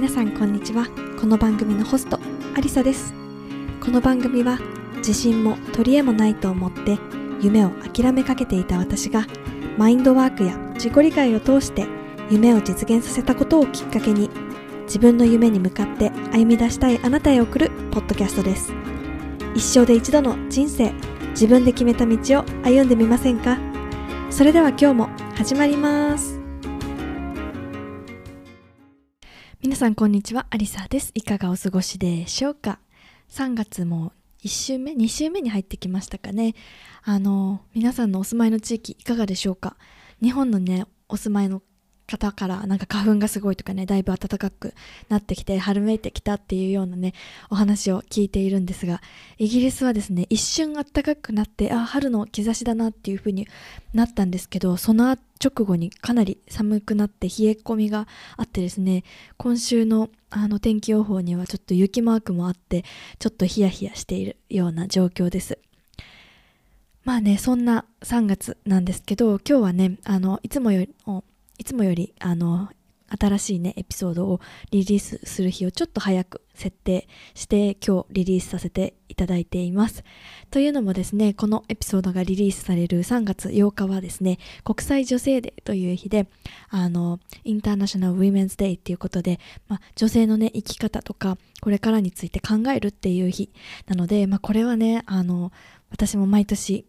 皆さんこんにちは。この番組のホストアリサです。この番組は自信も取り柄もないと思って夢を諦めかけていた私がマインドワークや自己理解を通して夢を実現させたことをきっかけに自分の夢に向かって歩み出したいあなたへ送るポッドキャストです。一生で一度の人生、自分で決めた道を歩んでみませんか？それでは今日も始まります。皆さんこんにちは、アリサです。いかがお過ごしでしょうか？3月も1週目2週目に入ってきましたかね。皆さんのお住まいの地域いかがでしょうか？日本のねお住まいの方からなんか花粉がすごいとかね、だいぶ暖かくなってきて春めいてきたっていうようなねお話を聞いているんですが、イギリスはですね一瞬暖かくなって春の兆しだなっていう風になったんですけど、その直後にかなり寒くなって冷え込みがあってですね、今週の天気予報にはちょっと雪マークもあってちょっとヒヤヒヤしているような状況です。まあね、そんな3月なんですけど、今日はねいつもより新しいねエピソードをリリースする日をちょっと早く設定して今日リリースさせていただいています。というのもですね、このエピソードがリリースされる3月8日はですね、国際女性デーという日で、インターナショナルウィメンズデーっていうことで、女性のね生き方とかこれからについて考えるっていう日なので、これはね私も毎年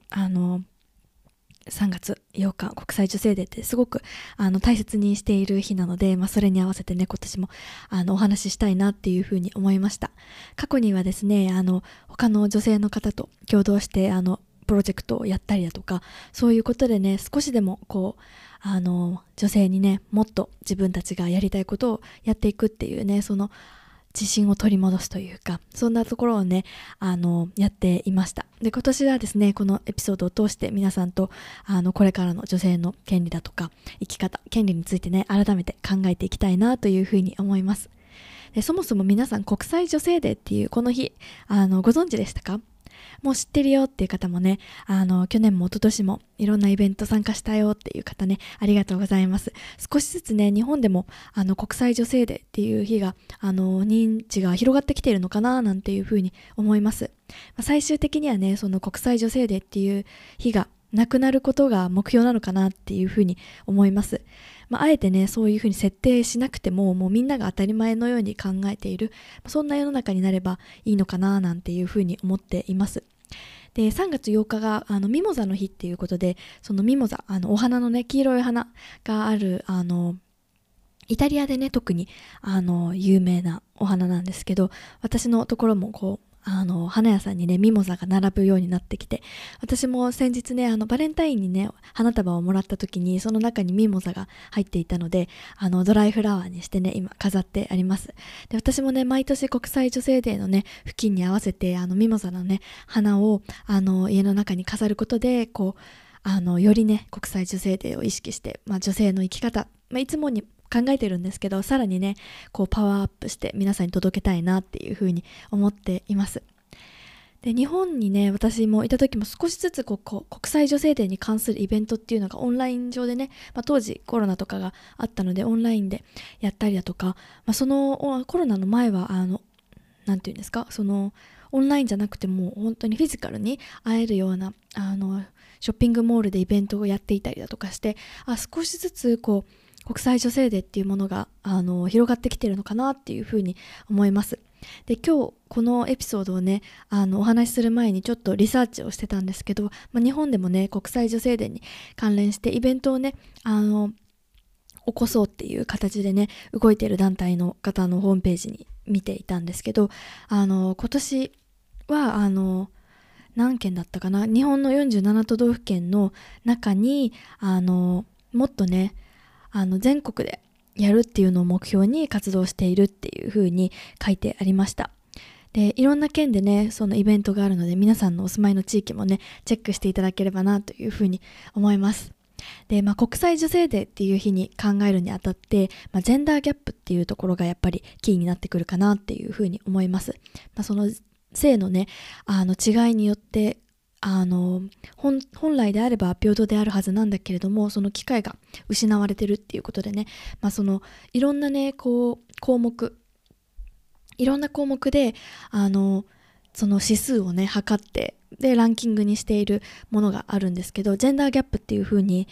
3月8日国際女性デーってすごく大切にしている日なので、それに合わせてね今年もお話ししたいなっていうふうに思いました。過去にはですね他の女性の方と共同してプロジェクトをやったりだとか、そういうことでね少しでも女性にねもっと自分たちがやりたいことをやっていくっていうね、その自信を取り戻すというか、そんなところをねやっていました。で、今年はですねこのエピソードを通して皆さんとこれからの女性の権利だとか生き方、権利についてね改めて考えていきたいなというふうに思います。で、そもそも皆さん国際女性デーっていうこの日ご存知でしたか？もう知ってるよっていう方もね、去年も一昨年もいろんなイベント参加したよっていう方ね、ありがとうございます。少しずつね、日本でも国際女性デーっていう日が認知が広がってきているのかななんていうふうに思います。最終的にはね、その国際女性デーっていう日がなくなることが目標なのかなっていうふうに思います。あえてねそういうふうに設定しなくても、もうみんなが当たり前のように考えている、そんな世の中になればいいのかななんていうふうに思っています。で、3月8日がミモザの日っていうことで、そのミモザお花のね黄色い花があるイタリアでね特に有名なお花なんですけど、私のところも花屋さんにねミモザが並ぶようになってきて、私も先日ねバレンタインにね花束をもらった時にその中にミモザが入っていたのでドライフラワーにしてね今飾ってあります。で、私もね毎年国際女性デーのね付近に合わせてミモザのね花を家の中に飾ることでよりね国際女性デーを意識して、女性の生き方、いつもに考えてるんですけど、さらにねパワーアップして皆さんに届けたいなっていうふうに思っています。で、日本にね私もいた時も少しずつ国際女性デーに関するイベントっていうのがオンライン上でね、当時コロナとかがあったのでオンラインでやったりだとか、そのコロナの前はなんていうんですか、そのオンラインじゃなくても本当にフィジカルに会えるようなショッピングモールでイベントをやっていたりだとかして、少しずつ国際女性デーっていうものが広がってきてるのかなっていうふうに思います。で、今日このエピソードをねお話しする前にちょっとリサーチをしてたんですけど、日本でもね国際女性デーに関連してイベントをね起こそうっていう形でね動いている団体の方のホームページに見ていたんですけど、今年は何件だったかな、日本の47都道府県の中にもっとね全国でやるっていうのを目標に活動しているっていう風に書いてありました。で、いろんな県でねそのイベントがあるので、皆さんのお住まいの地域もねチェックしていただければなという風に思います。で、国際女性デーっていう日に考えるにあたって、ジェンダーギャップっていうところがやっぱりキーになってくるかなっていう風に思います。その性のね違いによって本来であれば平等であるはずなんだけれども、その機会が失われてるっていうことでね、そのいろんなね項目いろんな項目でその指数をね測ってでランキングにしているものがあるんですけど、ジェンダーギャップっていう風に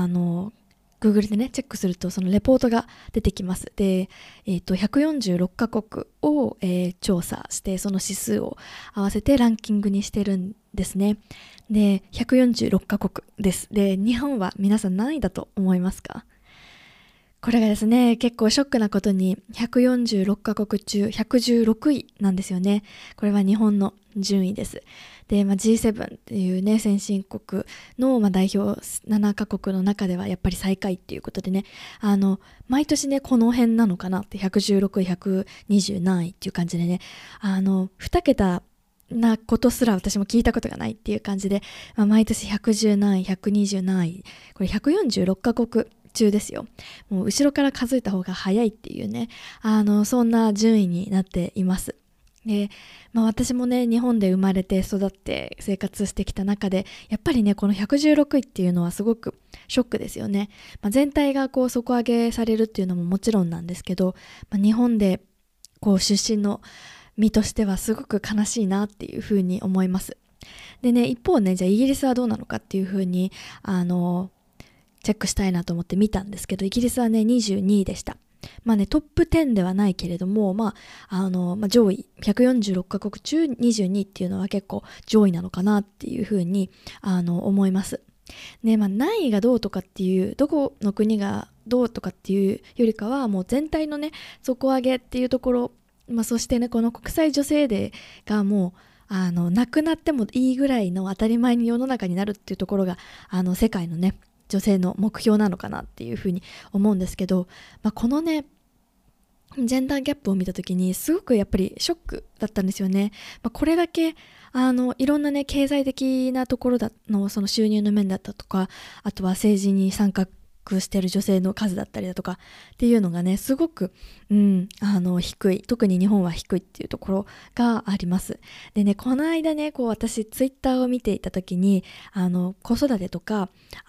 Google でねチェックするとそのレポートが出てきます。で、146カ国を、調査してその指数を合わせてランキングにしてるんですね。で、146カ国です。で、日本は皆さん何位だと思いますか？これがですね、結構ショックなことに146カ国中116位なんですよね。これは日本の順位です。で、G7 っていうね、先進国の、代表7カ国の中ではやっぱり最下位っていうことでね、毎年ね、この辺なのかなって116位、120何位っていう感じでね、2桁なことすら私も聞いたことがないっていう感じで、毎年110何位、120何位、これ146カ国中ですよ。もう後ろから数えた方が早いっていうね、そんな順位になっています。で、私もね、日本で生まれて育って生活してきた中で、やっぱりね、この116位っていうのはすごくショックですよね。全体がこう底上げされるっていうのももちろんなんですけど、日本でこう出身の身としてはすごく悲しいなっていうふうに思います。でね、一方ね、じゃあイギリスはどうなのかっていうふうにチェックしたいなと思って見たんですけど、イギリスはね22位でした。トップ10ではないけれども、上位146カ国中22位っていうのは結構上位なのかなっていうふうに思います。ね、何位がどうとかっていう、どこの国がどうとかっていうよりかは、もう全体のね底上げっていうところ、そしてね、この国際女性デーがもうなくなってもいいぐらいの当たり前に世の中になるっていうところが世界のね女性の目標なのかなっていうふうに思うんですけど、このねジェンダーギャップを見た時にすごくやっぱりショックだったんですよね。これだけいろんなね経済的なところその収入の面だったとか、あとは政治に参画している女性の数だったりだとかっていうのがねすごく、低い、特に日本は低いっていうところがあります。でね、この間ねこう私ツイッターを見ていた時に子育てとか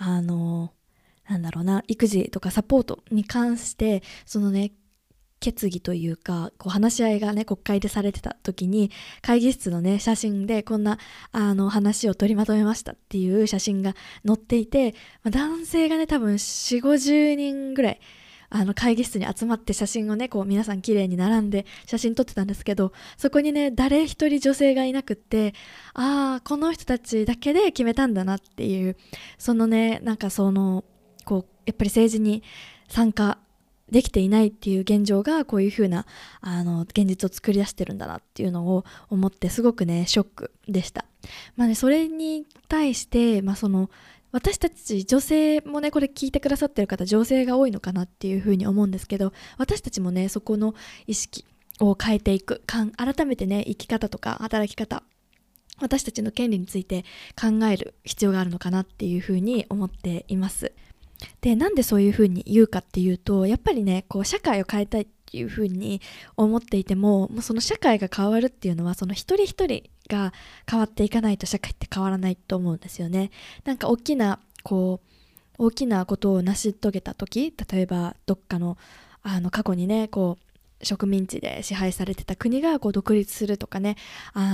育児とかサポートに関してそのね決議というかこう話し合いがね国会でされてた時に、会議室のね写真でこんな話を取りまとめましたっていう写真が載っていて、男性がね多分4、50人ぐらい会議室に集まって写真をねこう皆さん綺麗に並んで写真撮ってたんですけど、そこにね誰一人女性がいなくって、この人たちだけで決めたんだなっていう、そのねこうやっぱり政治に参加できていないっていう現状がこういう風な現実を作り出してるんだなっていうのを思って、すごくねショックでした。それに対して、私たち女性もねこれ聞いてくださってる方女性が多いのかなっていう風に思うんですけど、私たちもねそこの意識を変えていく、改めてね生き方とか働き方、私たちの権利について考える必要があるのかなっていう風に思っています。で、なんでそういう風に言うかっていうと、やっぱりねこう社会を変えたいっていう風に思っていても、その社会が変わるっていうのはその一人一人が変わっていかないと社会って変わらないと思うんですよね。大きなことを成し遂げた時、例えばどっかの過去にねこう植民地で支配されてた国がこう独立するとかね、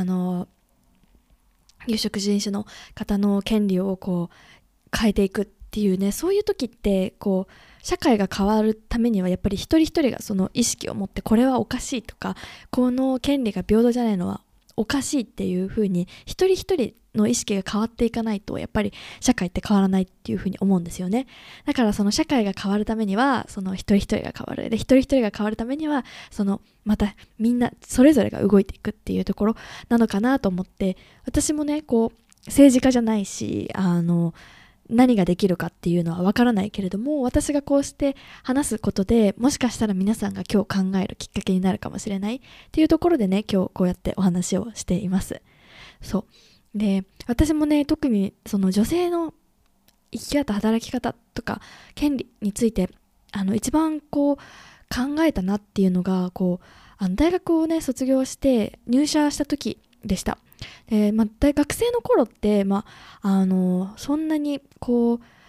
有色人種の方の権利をこう変えていくっていうね、そういう時ってこう社会が変わるためにはやっぱり一人一人がその意識を持って、これはおかしいとかこの権利が平等じゃないのはおかしいっていう風に一人一人の意識が変わっていかないとやっぱり社会って変わらないっていう風に思うんですよね。だからその社会が変わるためにはその一人一人が変わる、で一人一人が変わるためにはそのまたみんなそれぞれが動いていくっていうところなのかなと思って、私もねこう政治家じゃないし何ができるかっていうのはわからないけれども、私がこうして話すことでもしかしたら皆さんが今日考えるきっかけになるかもしれないっていうところでね今日こうやってお話をしています。そうで、私もね特にその女性の生き方、働き方とか権利について一番こう考えたなっていうのがこう大学をね卒業して入社した時でした。で、学生の頃って、そんなにこう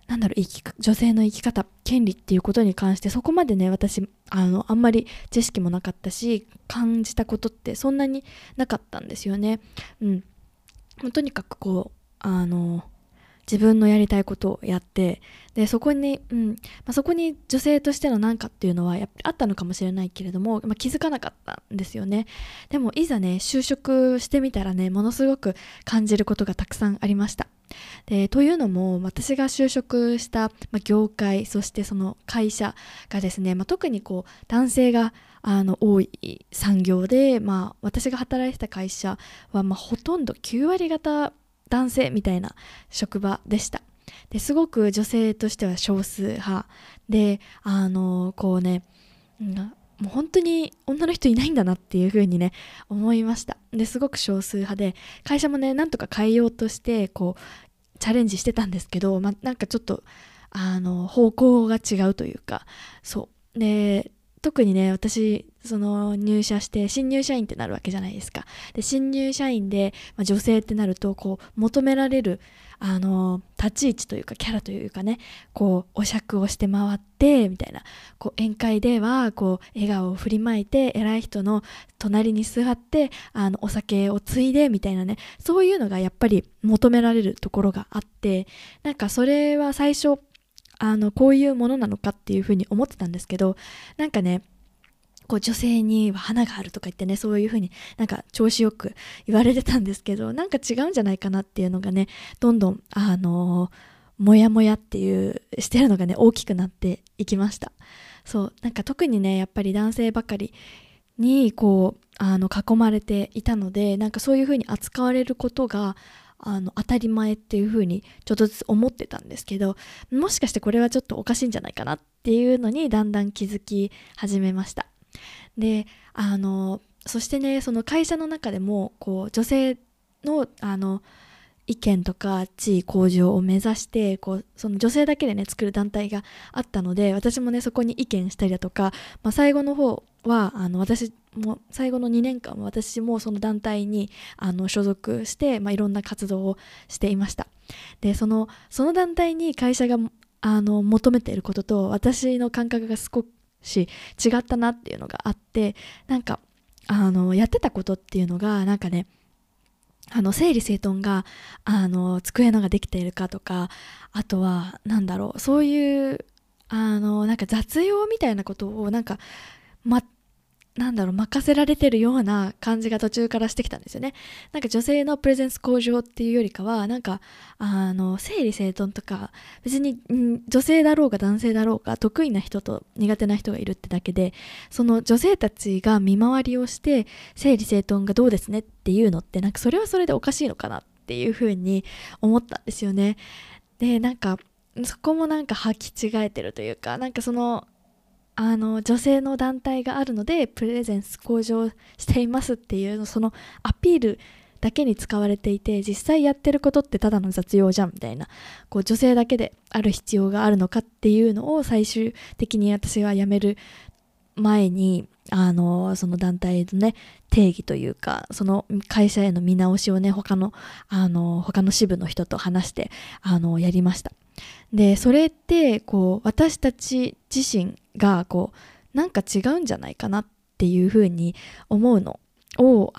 女性の生き方、権利っていうことに関してそこまでね、私あんまり知識もなかったし、感じたことってそんなになかったんですよね。とにかく自分のやりたいことをやって、でそこに女性としての何かっていうのはやっぱりあったのかもしれないけれども、気づかなかったんですよね。でもいざね、就職してみたらね、ものすごく感じることがたくさんありました。でというのも、私が就職した、業界、そしてその会社がですね、特に男性が多い産業で、私が働いてた会社は、ほとんど9割方男性みたいな職場でした。ですごく女性としては少数派で、もう本当に女の人いないんだなっていう風にね、思いました。ですごく少数派で、会社もね、なんとか変えようとしてチャレンジしてたんですけど、なんかちょっと方向が違うというか、そうで、特にね、私入社して新入社員ってなるわけじゃないですか。で新入社員で、女性ってなると求められる立ち位置というかキャラというかね、お酌をして回ってみたいな、宴会では笑顔を振りまいて偉い人の隣に座ってお酒をついでみたいなね、そういうのがやっぱり求められるところがあって、なんかそれは最初こういうものなのかっていうふうに思ってたんですけど、なんかね、女性には花があるとか言ってね、そういうふうになんか調子よく言われてたんですけど、なんか違うんじゃないかなっていうのがね、どんどんもやもやっていうしてるのがね、大きくなっていきました。なんか特にね、やっぱり男性ばかりに囲まれていたので、なんかそういうふうに扱われることが当たり前っていう風にちょっとずつ思ってたんですけど、もしかしてこれはちょっとおかしいんじゃないかなっていうのにだんだん気づき始めました。でそしてね、その会社の中でも女性の意見とか地位向上を目指してその女性だけでね作る団体があったので、私もねそこに意見したりだとか、最後の方は私も最後の2年間は私もその団体に所属して、いろんな活動をしていました。でその団体に会社が求めていることと私の感覚が少し違ったなっていうのがあって、なんかやってたことっていうのがなんかね、整理整頓が机のができているかとか、あとはそういうなんか雑用みたいなことを任せられてるような感じが途中からしてきたんですよね。なんか女性のプレゼンス向上っていうよりかは、なんか整理整頓とか別に、女性だろうが男性だろうが得意な人と苦手な人がいるってだけで、その女性たちが見回りをして整理整頓がどうですねっていうのって、なんかそれはそれでおかしいのかなっていうふうに思ったんですよね。でなんかそこもなんか履き違えてるというか、なんか女性の団体があるのでプレゼンス向上していますっていうそのアピールだけに使われていて、実際やってることってただの雑用じゃんみたいな、女性だけである必要があるのかっていうのを最終的に私は辞める前にその団体のね定義というか、その会社への見直しをね他の支部の人と話してやりました。でそれって私たち自身がなんか違うんじゃないかなっていうふうに思うのを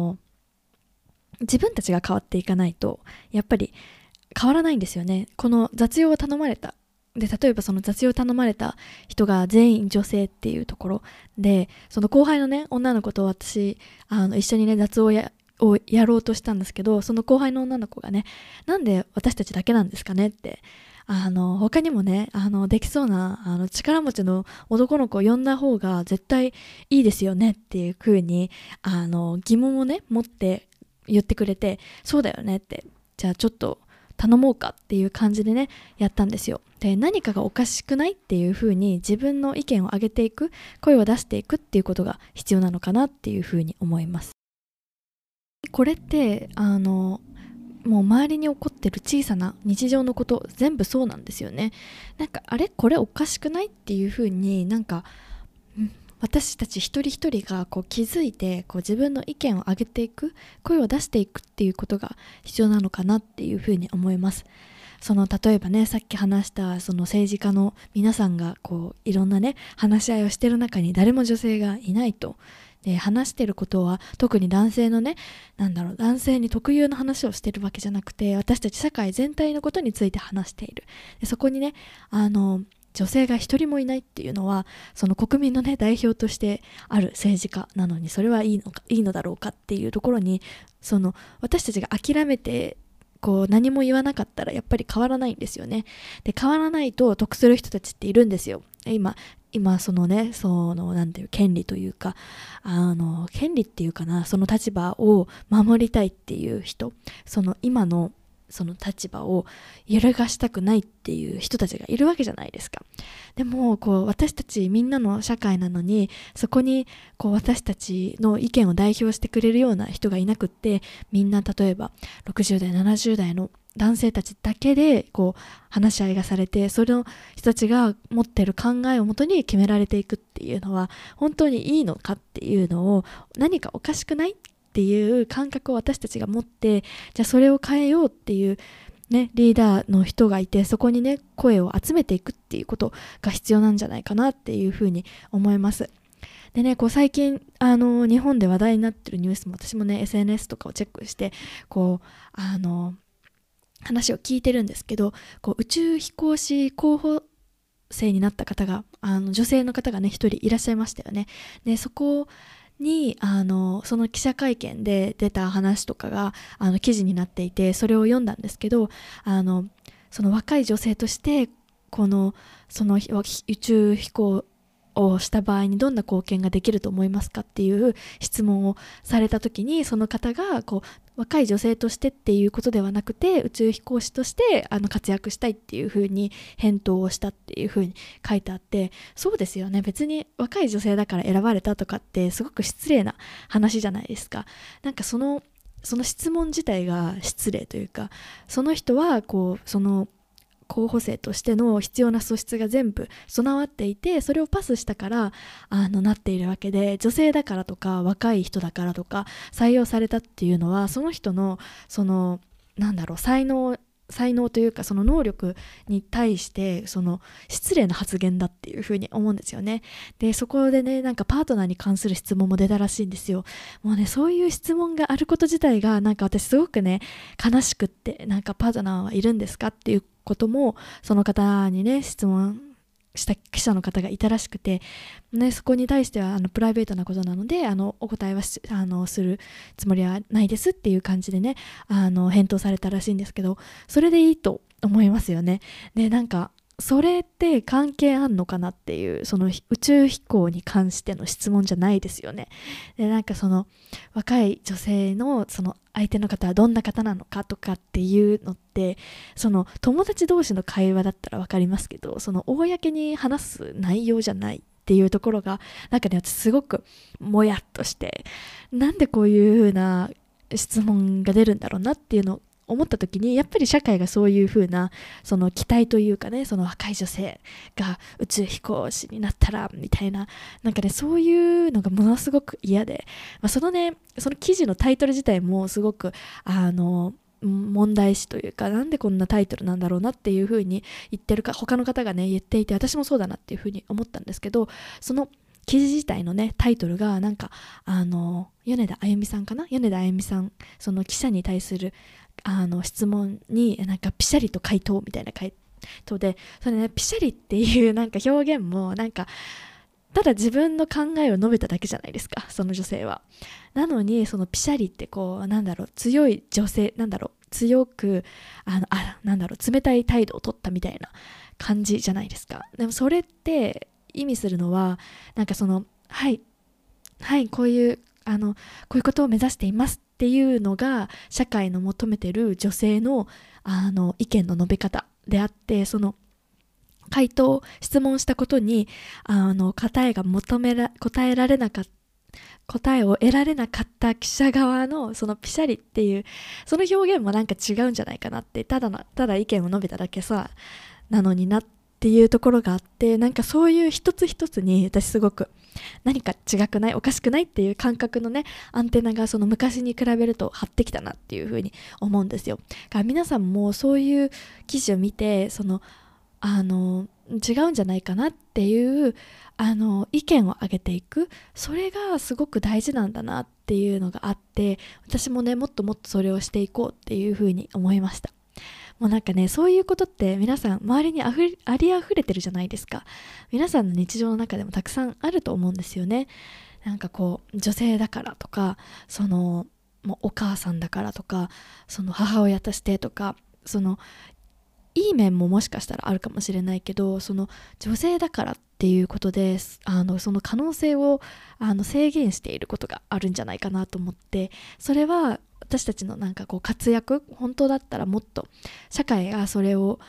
自分たちが変わっていかないとやっぱり変わらないんですよね。この雑用を頼まれたで、例えばその雑用を頼まれた人が全員女性っていうところで、その後輩のね女の子と私一緒にね雑用をやろうとしたんですけど、その後輩の女の子がね、なんで私たちだけなんですかねって、他にもねできそうな力持ちの男の子を呼んだ方が絶対いいですよねっていう風に疑問をね持って言ってくれて、そうだよねって、じゃあちょっと頼もうかっていう感じでねやったんですよ。で何かがおかしくないっていう風に自分の意見を上げていく、声を出していくっていうことが必要なのかなっていう風に思います。これってもう周りに起こってる小さな日常のこと全部そうなんですよね。なんかあれこれおかしくないっていう風になんか私たち一人一人が気づいて自分の意見を上げていく、声を出していくっていうことが必要なのかなっていう風に思います。 例えばね、さっき話したその政治家の皆さんがいろんなね話し合いをしてる中に誰も女性がいないと。で話してることは特に男性のね、男性に特有の話をしてるわけじゃなくて、私たち社会全体のことについて話している。でそこにね、女性が一人もいないっていうのは、その国民のね代表としてある政治家なのに、それはいいのだろうかっていうところに、私たちが諦めて何も言わなかったらやっぱり変わらないんですよね。で変わらないと得する人たちっているんですよ。今なんていう権利というか、権利っていうかな、その立場を守りたいっていう人、今のその立場を揺るがしたくないっていう人たちがいるわけじゃないですか。でも私たちみんなの社会なのに、そこに私たちの意見を代表してくれるような人がいなくって、みんな例えば60代70代の男性たちだけで話し合いがされて、その人たちが持っている考えをもとに決められていくっていうのは本当にいいのかっていうのを、何かおかしくないっていう感覚を私たちが持って、じゃあそれを変えようっていうね、リーダーの人がいて、そこにね声を集めていくっていうことが必要なんじゃないかなっていうふうに思います。でね、最近日本で話題になってるニュースも、私もね SNS とかをチェックして話を聞いてるんですけど、宇宙飛行士候補生になった方が女性の方がね一人いらっしゃいましたよね。でそこにその記者会見で出た話とかが記事になっていて、それを読んだんですけど、その若い女性としてその宇宙飛行をした場合にどんな貢献ができると思いますかっていう質問をされた時に、その方が若い女性としてっていうことではなくて、宇宙飛行士として活躍したいっていう風に返答をしたっていう風に書いてあって、そうですよね、別に若い女性だから選ばれたとかってすごく失礼な話じゃないですか。なんかその質問自体が失礼というか、その人はその候補生としての必要な素質が全部備わっていて、それをパスしたからなっているわけで、女性だからとか若い人だからとか採用されたっていうのは、その人の才能というか、その能力に対して失礼な発言だっていうふうに思うんですよね。でそこでね、パートナーに関する質問も出たらしいんですよ。もうね、そういう質問があること自体が私すごくね悲しくって、パートナーはいるんですかっていうこともその方にね質問した記者の方がいたらしくて、ね、そこに対してはプライベートなことなのでお答えはするつもりはないですっていう感じでね返答されたらしいんですけど、それでいいと思いますよね。でそれって関係あんのかなっていう、その宇宙飛行に関しての質問じゃないですよね。で若い女性のその相手の方はどんな方なのかとかっていうのって、友達同士の会話だったら分かりますけど、公に話す内容じゃないっていうところが私すごくもやっとして、なんでこういう風な質問が出るんだろうなっていうのを思った時に、やっぱり社会がそういう風なその期待というかね、その若い女性が宇宙飛行士になったらみたいな、そういうのがものすごく嫌で、その記事のタイトル自体もすごく問題視というか、なんでこんなタイトルなんだろうなっていう風に言ってるか他の方がね言っていて、私もそうだなっていう風に思ったんですけど、その記事自体のねタイトルが米田あゆみさんかな、米田あゆみさん、その記者に対する質問にピシャリと回答みたいな回答で、それねピシャリっていう表現もただ自分の考えを述べただけじゃないですか、その女性は。なのにそのピシャリって強い女性強く冷たい態度を取ったみたいな感じじゃないですか。でもそれって意味するのははいこういうことを目指していますっていうのが社会の求めてる女性の意見の述べ方であって、その質問したことに答えを得られなかった記者側のそのピシャリっていうその表現も違うんじゃないかなって、ただ意見を述べただけさなのになっていうところがあって、そういう一つ一つに私すごく何か違くない、おかしくないっていう感覚のねアンテナがその昔に比べると張ってきたなっていう風に思うんですよ。だから皆さんもそういう記事を見て違うんじゃないかなっていう意見を上げていく、それがすごく大事なんだなっていうのがあって、私もねもっともっとそれをしていこうっていう風に思いました。もうなんかね、そういうことって皆さん周りにありあふれてるじゃないですか。皆さんの日常の中でもたくさんあると思うんですよね。なんかこう女性だからとか、もうお母さんだからとか、その母親としてとか、いい面ももしかしたらあるかもしれないけど、その女性だからっていうことでその可能性を制限していることがあるんじゃないかなと思って、それは私たちのなんかこう活躍、本当だったらもっと社会がそれを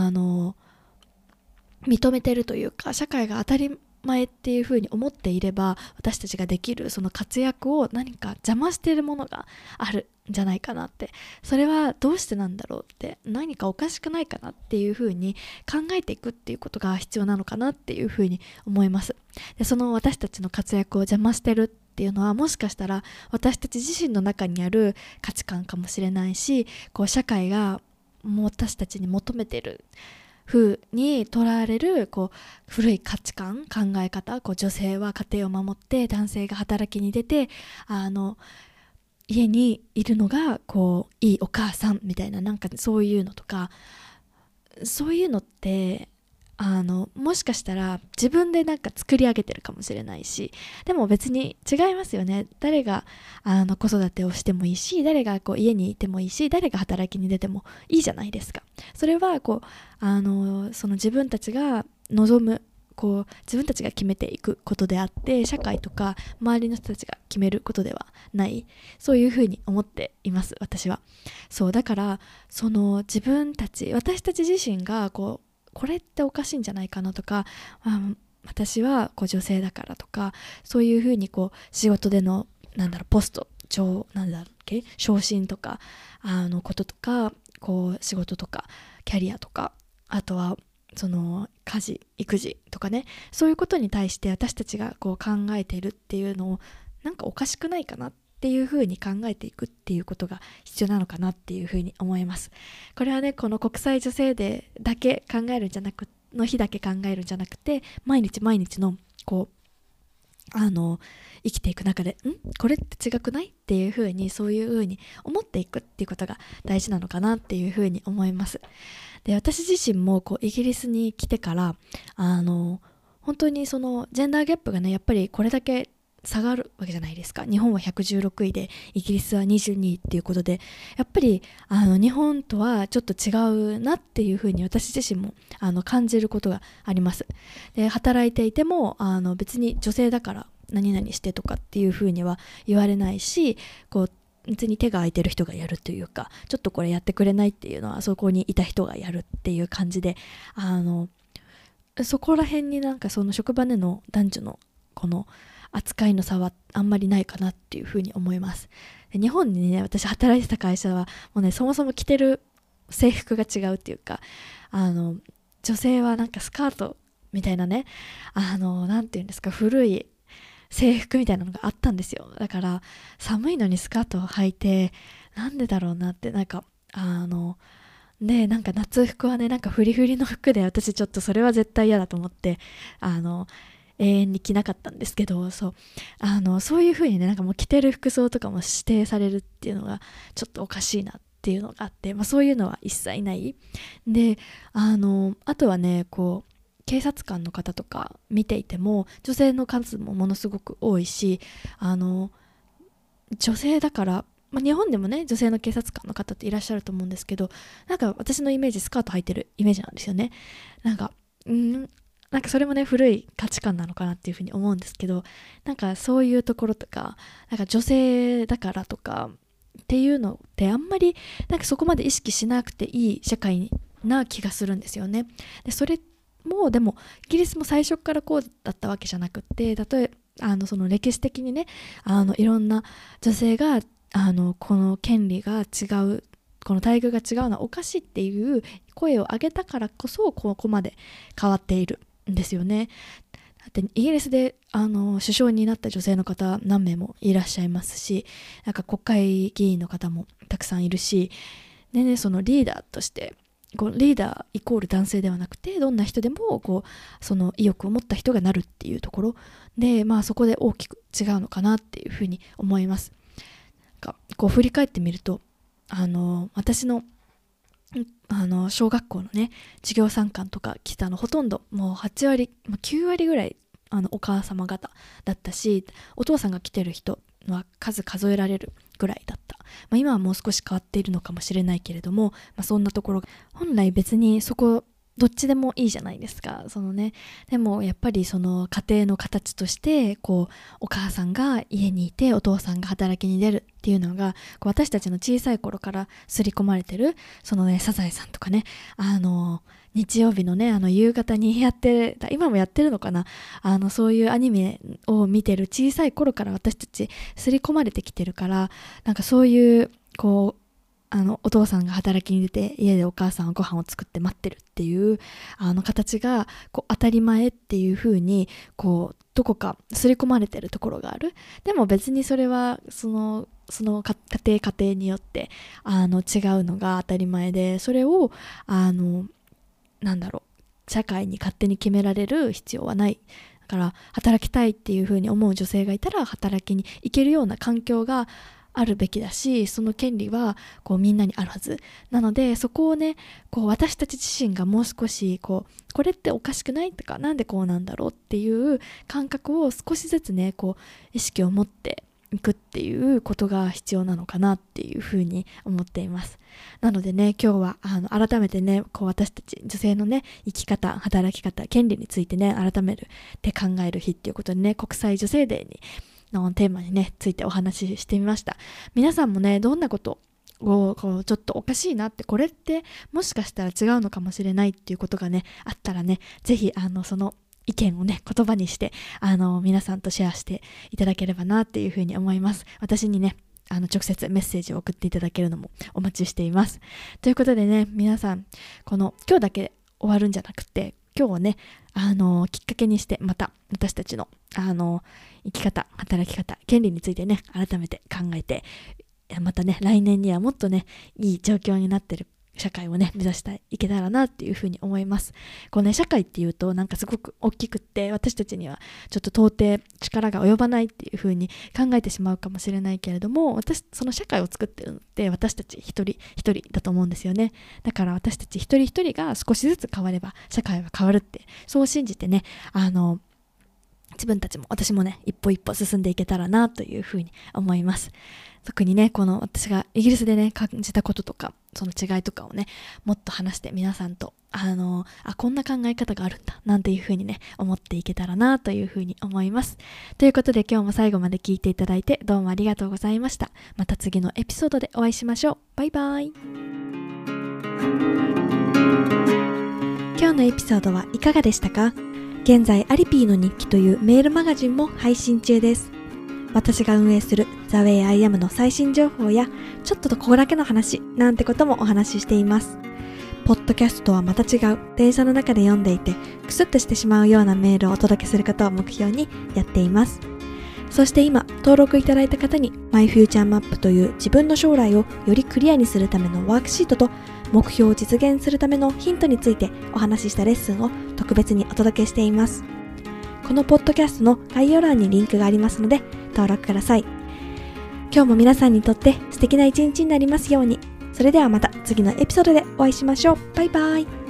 認めてるというか、社会が当たり前っていう風に思っていれば、私たちができるその活躍を何か邪魔しているものがあるんじゃないかなって、それはどうしてなんだろうって、何かおかしくないかなっていう風に考えていくっていうことが必要なのかなっていう風に思います。で、その私たちの活躍を邪魔してるっていうのは、もしかしたら私たち自身の中にある価値観かもしれないし、こう社会がもう私たちに求めてる風に捉えられるこう古い価値観、考え方、こう女性は家庭を守って男性が働きに出て家にいるのがこういいお母さんみたいな、なんかそういうのとか、そういうのってもしかしたら自分でなんか作り上げてるかもしれないし、でも別に違いますよね。誰が子育てをしてもいいし、誰がこう家にいてもいいし、誰が働きに出てもいいじゃないですか。それはこうその自分たちが望む、こう自分たちが決めていくことであって、社会とか周りの人たちが決めることではない、そういうふうに思っています、私は。そうだから、その私たち自身がこれっておかしいんじゃないかなとか、私はこう女性だからとか、そういうふうにこう仕事でのポスト昇進とかこととか、こう仕事とかキャリアとか、あとはその家事育児とかね、そういうことに対して私たちがこう考えているっていうのを、なんかおかしくないかなっていうふうに考えていくっていうことが必要なのかなっていうふうに思います。これはね、この国際女性デーだけ考えるんじゃなくの日だけ考えるんじゃなくて、毎日毎日のこう生きていく中で、これって違くないっていう風に、そういう風に思っていくっていうことが大事なのかなっていう風に思います。で、私自身もこうイギリスに来てから本当にそのジェンダーギャップがね、やっぱりこれだけ下がるわけじゃないですか。日本は116位でイギリスは22位っていうことで、やっぱり日本とはちょっと違うなっていうふうに私自身も感じることがあります。で、働いていても別に女性だから何々してとかっていうふうには言われないし、こう別に手が空いてる人がやるというか、ちょっとこれやってくれないっていうのはそこにいた人がやるっていう感じで、そこら辺になんかその職場での男女のこの扱いの差はあんまりないかなっていうふうに思います。で、日本にね、私働いてた会社はもうね、そもそも着てる制服が違うっていうか、女性はなんかスカートみたいなね、なんていうんですか、古い制服みたいなのがあったんですよ。だから寒いのにスカートを履いて、なんでだろうなって、なんかで、なんか夏服はね、なんかフリフリの服で、私ちょっとそれは絶対嫌だと思って、永遠に着なかったんですけど、そういう風にね、なんかもう着てる服装とかも指定されるっていうのがちょっとおかしいなっていうのがあって、そういうのは一切ない。で、あとはね、こう警察官の方とか見ていても、女性の数もものすごく多いし、女性だから、日本でもね、女性の警察官の方っていらっしゃると思うんですけど、なんか私のイメージ、スカート履いてるイメージなんですよね。なんかそれもね、古い価値観なのかなっていうふうに思うんですけど、なんかそういうところとか、なんか女性だからとかっていうのってあんまりなんかそこまで意識しなくていい社会な気がするんですよね。で、それもでもイギリスも最初からこうだったわけじゃなくって、例えその歴史的にね、いろんな女性がこの権利が違う、この待遇が違うのはおかしいっていう声を上げたからこそ、ここまで変わっているんですよね。 でイギリスで首相になった女性の方何名もいらっしゃいますし、なんか国会議員の方もたくさんいるし、でね、そのリーダーとしてリーダーイコール男性ではなくて、どんな人でもその意欲を持った人がなるっていうところで、そこで大きく違うのかなっていうふうに思います。なんか振り返ってみると、私の小学校のね授業参観とか来たほとんどもう8割、9割ぐらいお母様方だったし、お父さんが来てる人は数えられるぐらいだった。今はもう少し変わっているのかもしれないけれども、そんなところが本来別にそこどっちでもいいじゃないですか。でもやっぱりその家庭の形としてお母さんが家にいてお父さんが働きに出るっていうのが私たちの小さい頃から刷り込まれてる、サザエさんとかね、日曜日のね夕方にやってた、今もやってるのかな、そういうアニメを見てる小さい頃から私たち刷り込まれてきてるから、なんかそういうお父さんが働きに出て家でお母さんはご飯を作って待ってるっていう形が当たり前っていう風にどこか刷り込まれてるところがある。でも別にそれはその家庭によって違うのが当たり前で、それを社会に勝手に決められる必要はない。だから働きたいっていう風に思う女性がいたら働きに行けるような環境があるべきだし、その権利はみんなにあるはずなので、そこをね私たち自身がもう少しこれっておかしくないとか、なんでこうなんだろうっていう感覚を少しずつね意識を持っていくっていうことが必要なのかなっていうふうに思っています。なのでね、今日は改めてね私たち女性のね生き方、働き方、権利についてね改めるって考える日っていうことでね、国際女性デーのテーマにねついてお話ししてみました。皆さんもねどんなことをちょっとおかしいなって、これってもしかしたら違うのかもしれないっていうことがねあったらね、ぜひその意見をね言葉にして皆さんとシェアしていただければなっていうふうに思います。私にね直接メッセージを送っていただけるのもお待ちしています。ということでね、皆さん今日だけ終わるんじゃなくて、今日をねきっかけにしてまた私たちの生き方、働き方、権利についてね改めて考えて、またね来年にはもっとねいい状況になってる社会をね目指していけたらなっていうふうに思います。社会っていうとなんかすごく大きくって、私たちにはちょっと到底力が及ばないっていうふうに考えてしまうかもしれないけれども、その社会を作ってるのって私たち一人一人だと思うんですよね。だから私たち一人一人が少しずつ変われば社会は変わるって、そう信じてね自分たちも私もね一歩一歩進んでいけたらなというふうに思います。特にね私がイギリスでね感じたこととか、その違いとかをねもっと話して皆さんとこんな考え方があるんだなんていうふうにね思っていけたらなというふうに思います。ということで今日も最後まで聞いていただいてどうもありがとうございました。また次のエピソードでお会いしましょう。バイバイ。今日のエピソードはいかがでしたか？現在アリピーの日記というメールマガジンも配信中です。私が運営する The Way I Am の最新情報やちょっとここだけの話なんてこともお話ししています。ポッドキャストとはまた違う電車の中で読んでいてクスッとしてしまうようなメールをお届けすることを目標にやっています。そして今登録いただいた方に My Future Map という自分の将来をよりクリアにするためのワークシートと目標を実現するためのヒントについてお話ししたレッスンを特別にお届けしています。このポッドキャストの概要欄にリンクがありますので登録ください。今日も皆さんにとって素敵な一日になりますように。それではまた次のエピソードでお会いしましょう。バイバイ。